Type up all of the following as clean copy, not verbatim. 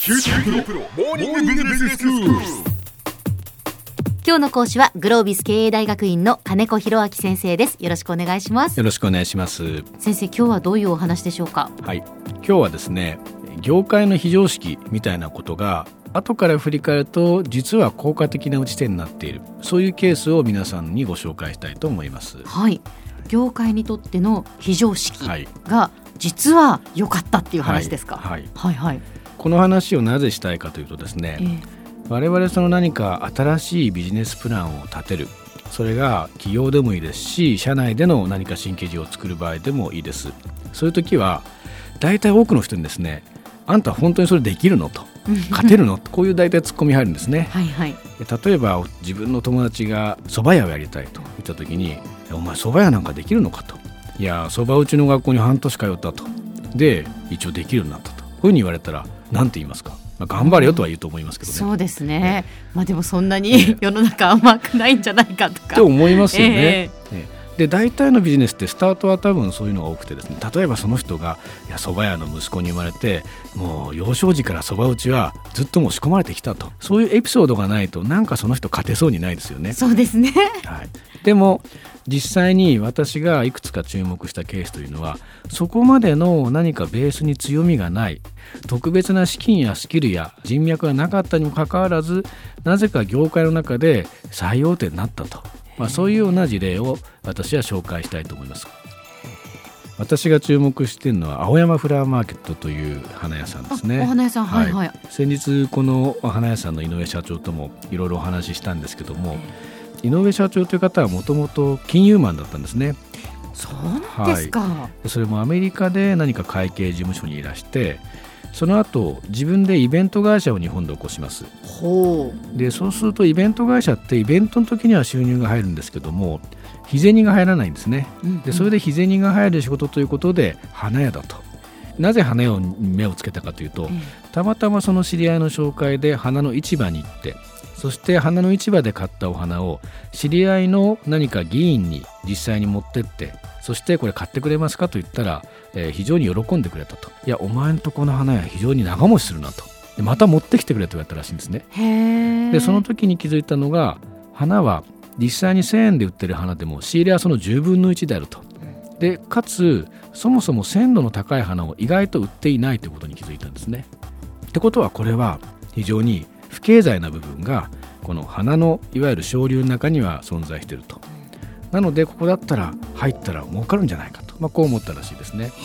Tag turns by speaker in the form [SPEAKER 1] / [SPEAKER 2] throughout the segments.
[SPEAKER 1] キューティープロモーニングビジネススクール。
[SPEAKER 2] 今日の講師はグロービス経営大学院の金子博明先生です。よろしくお願いします。
[SPEAKER 3] よろしくお願いします。
[SPEAKER 2] 先生、今日はどういうお話でしょうか？
[SPEAKER 3] はい、今日はですね、業界の非常識みたいなことが後から振り返ると実は効果的な打ち手になっている、そういうケースを皆さんにご紹介したいと思います。
[SPEAKER 2] はい、業界にとっての非常識が実は良かったっていう話ですか？
[SPEAKER 3] はい、
[SPEAKER 2] はいはい。
[SPEAKER 3] この話をなぜしたいかというとですね、我々その何か新しいビジネスプランを立てる、それが企業でもいいですし、社内での何か新規事を作る場合でもいいです。そういう時は大体多くの人にですね、あんた本当にそれできるのと、勝てるのこういう大体ツッコミ入るんですね。
[SPEAKER 2] はいはい。
[SPEAKER 3] 例えば自分の友達が蕎麦屋をやりたいと言った時に、お前蕎麦屋なんかできるのかと、いや蕎麦打ちの学校に半年通ったと、で一応できるようになったと、こういうふうに言われたら何て言いますか？頑張れよとは言うと思いますけどね。
[SPEAKER 2] そうですね。でもそんなに世の中甘くないんじゃないかとか
[SPEAKER 3] って思いますよね。で大体のビジネスってスタートは多分そういうのが多くてですね、例えばその人が蕎麦屋の息子に生まれて、もう幼少時から蕎麦打ちはずっともう仕込まれてきたと、そういうエピソードがないとなんかその人勝てそうにないですよね。
[SPEAKER 2] そうですね。
[SPEAKER 3] はい、でも実際に私がいくつか注目したケースというのは、そこまでの何かベースに強みがない、特別な資金やスキルや人脈がなかったにもかかわらず、なぜか業界の中で最大手になったと、そういうような事例を私は紹介したいと思います。私が注目しているのは青山フラワーマーケットという花屋さんですね。
[SPEAKER 2] お花屋さん、はいはい。
[SPEAKER 3] 先日この花屋さんの井上社長ともいろいろお話ししたんですけども、井上社長という方はもともと金融マンだったんですね。
[SPEAKER 2] そうなんですか。
[SPEAKER 3] それもアメリカで何か会計事務所にいらして、その後自分でイベント会社を日本で起こします。でそうするとイベント会社ってイベントの時には収入が入るんですけども、日銭が入らないんですね。でそれで日銭が入る仕事ということで花屋だと。なぜ花屋に目をつけたかというと、たまたまその知り合いの紹介で花の市場に行って、そして花の市場で買ったお花を知り合いの何か議員に実際に持ってって、そしてこれ買ってくれますかと言ったら、非常に喜んでくれたと。いやお前んとこの花屋非常に長持ちするなと。でまた持ってきてくれと言われたらしいんですね。でその時に気づいたのが、花は実際に1000円で売ってる花でも仕入れはその10分の1であると。でかつそもそも鮮度の高い花を意外と売っていないということに気づいたんですね。ってことはこれは非常に不経済な部分がこの花のいわゆる省流の中には存在していると。なのでここだったら入ったら儲かるんじゃないかと、こう思ったらしいですね。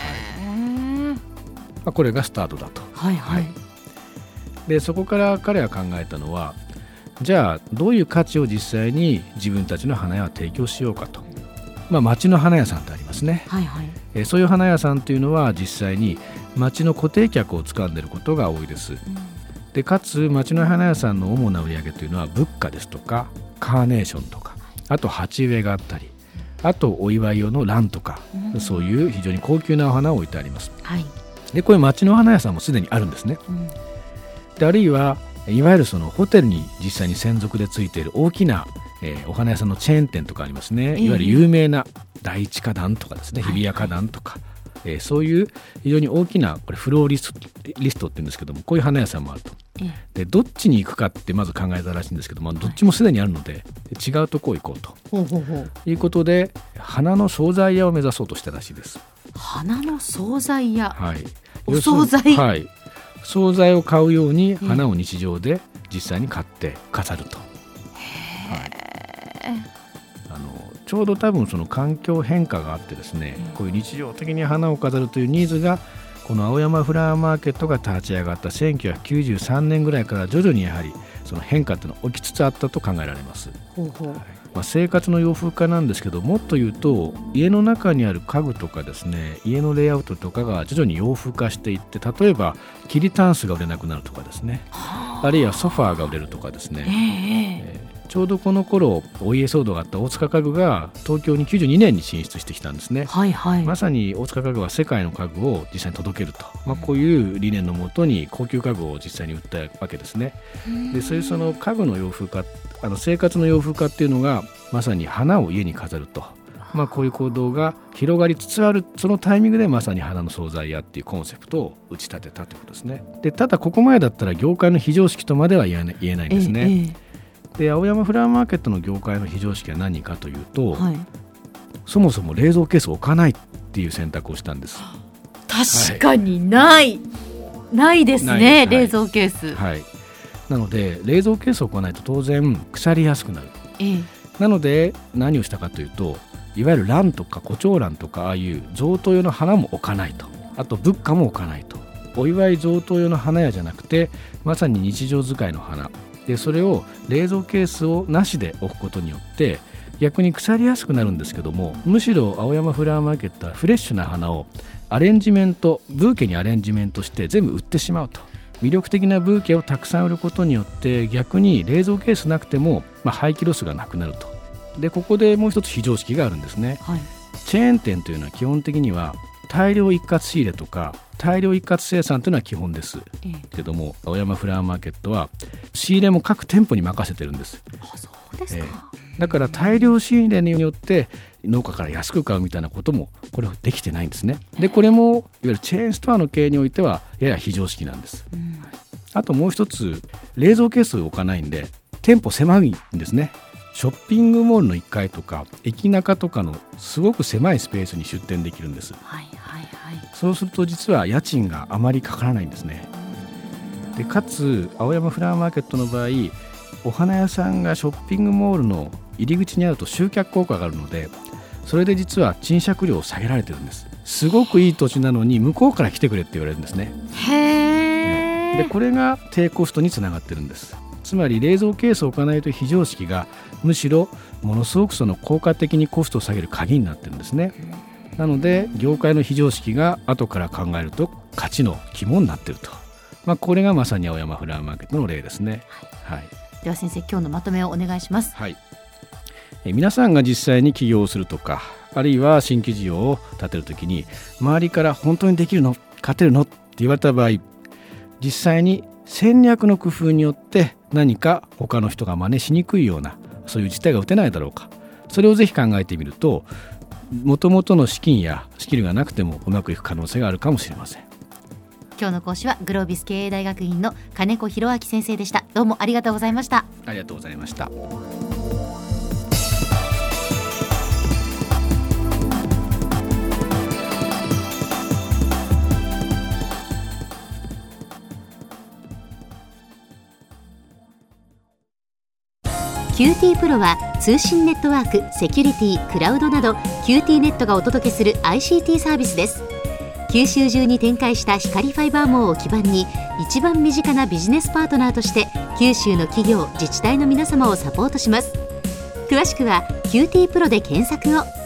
[SPEAKER 3] これがスタートだと。でそこから彼は考えたのは、じゃあどういう価値を実際に自分たちの花屋は提供しようかと。町の花屋さんってありますね。そういう花屋さんというのは実際に町の固定客を掴んでいることが多いです。でかつ町の花屋さんの主な売り上げというのは仏花ですとかカーネーションとか、あと鉢植えがあったり、あとお祝い用のランとか、そういう非常に高級なお花を置いてあります。でこういう町の花屋さんもすでにあるんですね。であるいはいわゆるそのホテルに実際に専属でついている大きな、お花屋さんのチェーン店とかありますね。いわゆる有名な第一花壇とかですね、日比谷花壇とか、そういう非常に大きなこれフローリストって言うんですけども、こういう花屋さんもあると。でどっちに行くかってまず考えたらしいんですけども、どっちもすでにあるので違うとこ行こうということで、花の惣菜屋を目指そうとしたらしいです。
[SPEAKER 2] 花の惣菜屋、お
[SPEAKER 3] 惣菜、惣菜を買うように花を日常で実際に買って飾ると。ちょうど多分その環境変化があってですね、こういう日常的に花を飾るというニーズがこの青山フラワーマーケットが立ち上がった1993年ぐらいから徐々にやはりその変化というのが起きつつあったと考えられます。生活の洋風化なんですけど、もっと言うと家の中にある家具とかですね、家のレイアウトとかが徐々に洋風化していって、例えば桐タンスが売れなくなるとかですね、あるいはソファーが売れるとかですね、ちょうどこの頃お家騒動があった大塚家具が東京に92年に進出してきたんですね。まさに大塚家具は世界の家具を実際に届けると、こういう理念のもとに高級家具を実際に売ったわけですね。でそういうその家具の洋風化、生活の洋風化っていうのがまさに花を家に飾るとこういう行動が広がりつつあるそのタイミングでまさに花の惣菜屋っていうコンセプトを打ち立てたということですね。でただここまでだったら業界の非常識とまでは言えないんですね。で青山フラワーマーケットの業界の非常識は何かというと、そもそも冷蔵ケースを置かないっていう選択をしたんです。
[SPEAKER 2] 確かにないですね、冷蔵ケース。
[SPEAKER 3] なので冷蔵ケースを置かないと当然腐りやすくなる。なので何をしたかというと、いわゆるランとかコチョウランとかああいう贈答用の花も置かないと、あと仏花も置かないと。お祝い贈答用の花屋じゃなくてまさに日常使いの花で、それを冷蔵ケースをなしで置くことによって逆に腐りやすくなるんですけども、むしろ青山フラワーマーケットはフレッシュな花をアレンジメント、ブーケにアレンジメントして全部売ってしまうと。魅力的なブーケをたくさん売ることによって逆に冷蔵ケースなくても、廃棄ロスがなくなると。でここでもう一つ非常識があるんですね。チェーン店というのは基本的には大量一括仕入れとか大量一括生産というのは基本ですけども、青山フラワーマーケットは仕入れも各店舗に任せてるんです。
[SPEAKER 2] そうですか。
[SPEAKER 3] だから大量仕入れによって農家から安く買うみたいなこともこれはできてないんですね。でこれもいわゆるチェーンストアの経営においてはやや非常識なんです。あともう一つ、冷蔵ケースを置かないんで店舗狭いんですね。ショッピングモールの1階とか駅中とかのすごく狭いスペースに出店できるんです。そうすると実は家賃があまりかからないんですね。でかつ青山フラワーマーケットの場合、お花屋さんがショッピングモールの入り口にあると集客効果があるので、それで実は賃借料を下げられてるんです。すごくいい土地なのに向こうから来てくれって言われるんですね。でこれが低コストにつながってるんです。つまり冷蔵ケースを置かないという非常識がむしろものすごくその効果的にコストを下げる鍵になってるんですね。なので業界の非常識が後から考えると価値の肝になっていると、これがまさに青山フラワーマーケットの例ですね。
[SPEAKER 2] では先生、今日のまとめをお願いします。
[SPEAKER 3] 皆さんが実際に起業をするとか、あるいは新規事業を立てるときに周りから本当にできるの、勝てるのって言われた場合、実際に戦略の工夫によって何か他の人が真似しにくいようなそういう事態が打てないだろうか、それをぜひ考えてみると、元々の資金やスキルがなくてもうまくいく可能性があるかもしれません。
[SPEAKER 2] 今日の講師はグロービス経営大学院の金子博明先生でした。どうもありがとうございました。
[SPEAKER 3] ありがとうございました。
[SPEAKER 2] QT プロは通信ネットワーク、セキュリティ、クラウドなど QT ネットがお届けする ICT サービスです。九州中に展開した光ファイバー網を基盤に一番身近なビジネスパートナーとして九州の企業、自治体の皆様をサポートします。詳しくは QT プロで検索を。